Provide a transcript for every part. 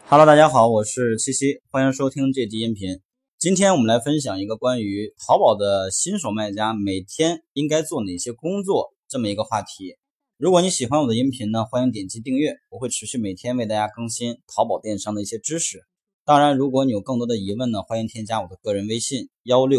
Hello，大家好，我是七七，欢迎收听这集音频。今天我们来分享一个关于淘宝的新手卖家每天应该做哪些工作这么一个话题。如果你喜欢我的音频呢，欢迎点击订阅，我会持续每天为大家更新淘宝电商的一些知识。当然，如果你有更多的疑问呢，欢迎添加我的个人微信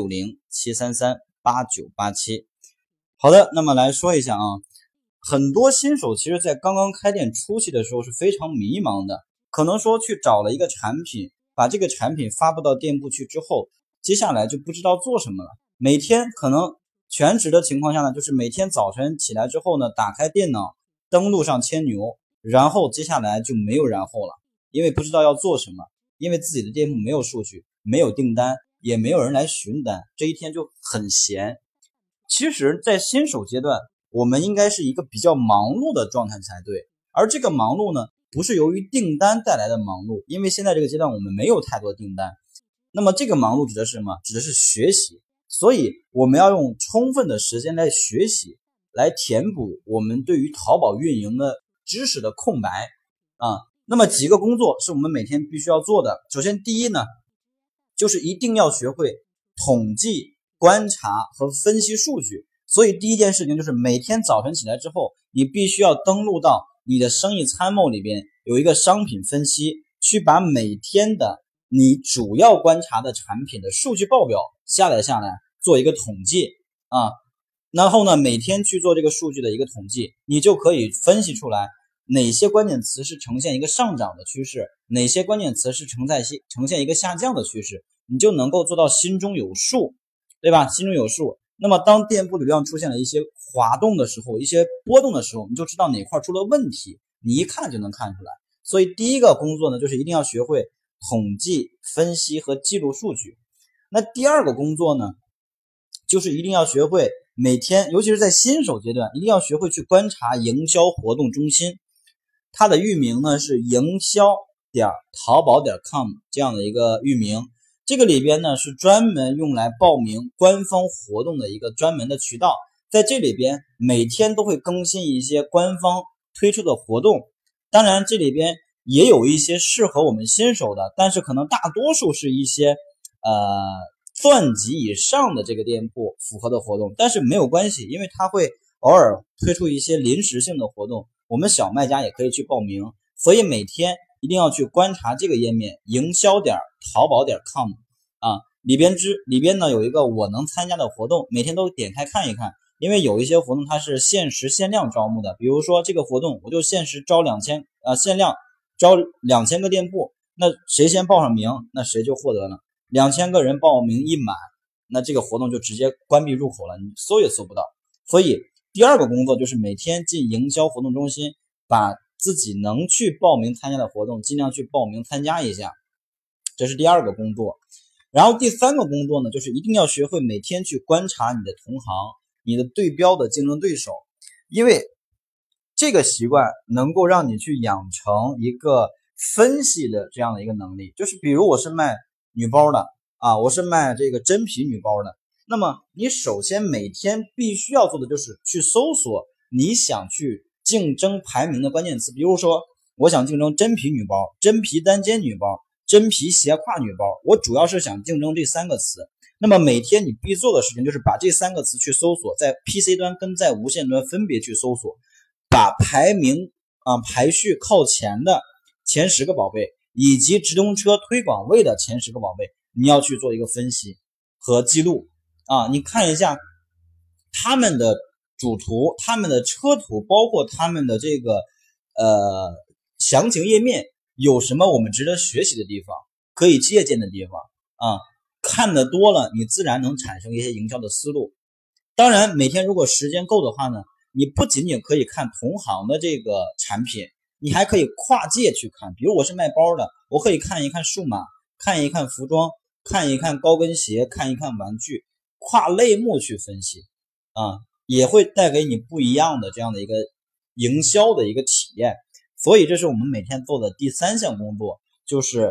160-733-8987。好的，那么来说一下啊，很多新手其实在刚刚开店初期的时候是非常迷茫的。可能说去找了一个产品，把这个产品发布到店铺去之后，接下来就不知道做什么了。每天可能全职的情况下呢，就是每天早晨起来之后呢，打开电脑，登录上千牛，然后接下来就没有然后了，因为不知道要做什么，因为自己的店铺没有数据，没有订单，也没有人来询单，这一天就很闲。其实，在新手阶段，我们应该是一个比较忙碌的状态才对，而这个忙碌呢，不是由于订单带来的忙碌，因为现在这个阶段我们没有太多订单。那么这个忙碌指的是什么？指的是学习。所以我们要用充分的时间来学习，来填补我们对于淘宝运营的知识的空白啊。那么几个工作是我们每天必须要做的。首先第一呢，就是一定要学会统计、观察和分析数据。所以第一件事情就是每天早晨起来之后，你必须要登录到你的生意参谋里边有一个商品分析，去把每天的你主要观察的产品的数据报表下来做一个统计啊。然后呢，每天去做这个数据的一个统计，你就可以分析出来哪些关键词是呈现一个上涨的趋势，哪些关键词是呈现一个下降的趋势，你就能够做到心中有数，对吧？心中有数。那么当店铺流量出现了一些滑动的时候，一些波动的时候，你就知道哪块出了问题，你一看就能看出来。所以第一个工作呢，就是一定要学会统计、分析和记录数据。那第二个工作呢，就是一定要学会每天，尤其是在新手阶段，一定要学会去观察营销活动中心。它的域名呢是营销淘宝.com 这样的一个域名。这个里边呢是专门用来报名官方活动的一个专门的渠道，在这里边每天都会更新一些官方推出的活动。当然这里边也有一些适合我们新手的，但是可能大多数是一些钻级以上的这个店铺符合的活动，但是没有关系，因为它会偶尔推出一些临时性的活动，我们小卖家也可以去报名。所以每天一定要去观察这个页面营销淘宝.com 啊，里边呢有一个我能参加的活动，每天都点开看一看，因为有一些活动它是限时限量招募的，比如说这个活动我就限时招限量招2000个店铺，那谁先报上名，那谁就获得了2000个人报名一满，那这个活动就直接关闭入口了，你搜也搜不到。所以第二个工作就是每天进营销活动中心，把自己能去报名参加的活动尽量去报名参加一下，这是第二个工作。然后第三个工作呢，就是一定要学会每天去观察你的同行，你的对标的竞争对手，因为这个习惯能够让你去养成一个分析的这样的一个能力。就是比如我是卖女包的啊，我是卖这个真皮女包的，那么你首先每天必须要做的就是去搜索你想去竞争排名的关键词。比如说我想竞争真皮女包、真皮单肩女包、真皮斜挎女包，我主要是想竞争这3个词。那么每天你必做的事情就是把这3个词去搜索，在 PC 端跟在无线端分别去搜索，把排名排序靠前的前10个宝贝以及直通车推广位的前10个宝贝，你要去做一个分析和记录啊。你看一下他们的主图、他们的车图，包括他们的这个详情页面有什么我们值得学习的地方，可以借鉴的地方啊。看得多了，你自然能产生一些营销的思路。当然每天如果时间够的话呢，你不仅仅可以看同行的这个产品，你还可以跨界去看。比如我是卖包的，我可以看一看数码，看一看服装，看一看高跟鞋，看一看玩具，跨类目去分析啊，也会带给你不一样的这样的一个营销的一个体验。所以这是我们每天做的第3项工作，就是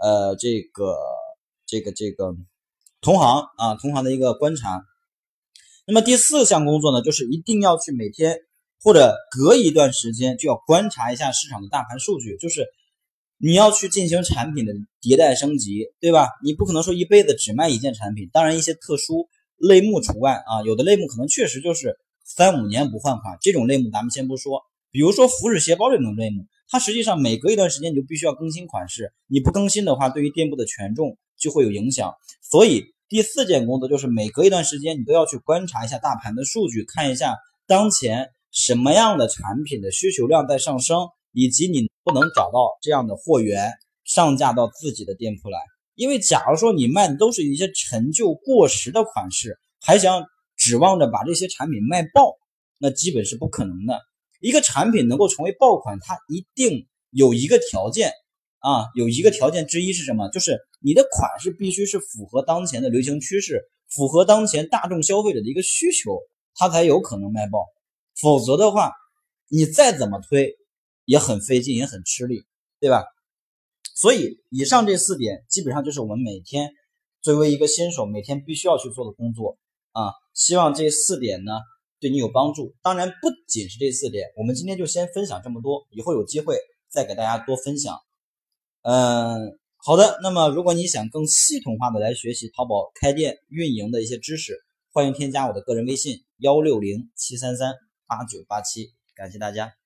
这个同行的一个观察。那么第4项工作呢，就是一定要去每天或者隔一段时间就要观察一下市场的大盘数据，就是你要去进行产品的迭代升级，对吧？你不可能说一辈子只卖一件产品，当然一些特殊类目除外啊，有的类目可能确实就是3-5年不换款，这种类目咱们先不说。比如说服饰鞋包这种类目，它实际上每隔一段时间你就必须要更新款式，你不更新的话，对于店铺的权重就会有影响。所以第4件工作就是每隔一段时间你都要去观察一下大盘的数据，看一下当前什么样的产品的需求量在上升，以及你不能找到这样的货源上架到自己的店铺来。因为假如说你卖的都是一些陈旧过时的款式，还想指望着把这些产品卖爆，那基本是不可能的。一个产品能够成为爆款，它一定有一个条件啊，有一个条件之一是什么？就是你的款式必须是符合当前的流行趋势，符合当前大众消费者的一个需求，它才有可能卖爆。否则的话，你再怎么推也很费劲，也很吃力，对吧？所以以上这4点基本上就是我们每天作为一个新手每天必须要去做的工作啊。希望这4点呢对你有帮助。当然不仅是这4点，我们今天就先分享这么多，以后有机会再给大家多分享。好的，那么如果你想更系统化的来学习淘宝开店运营的一些知识，欢迎添加我的个人微信160-733-8987，感谢大家。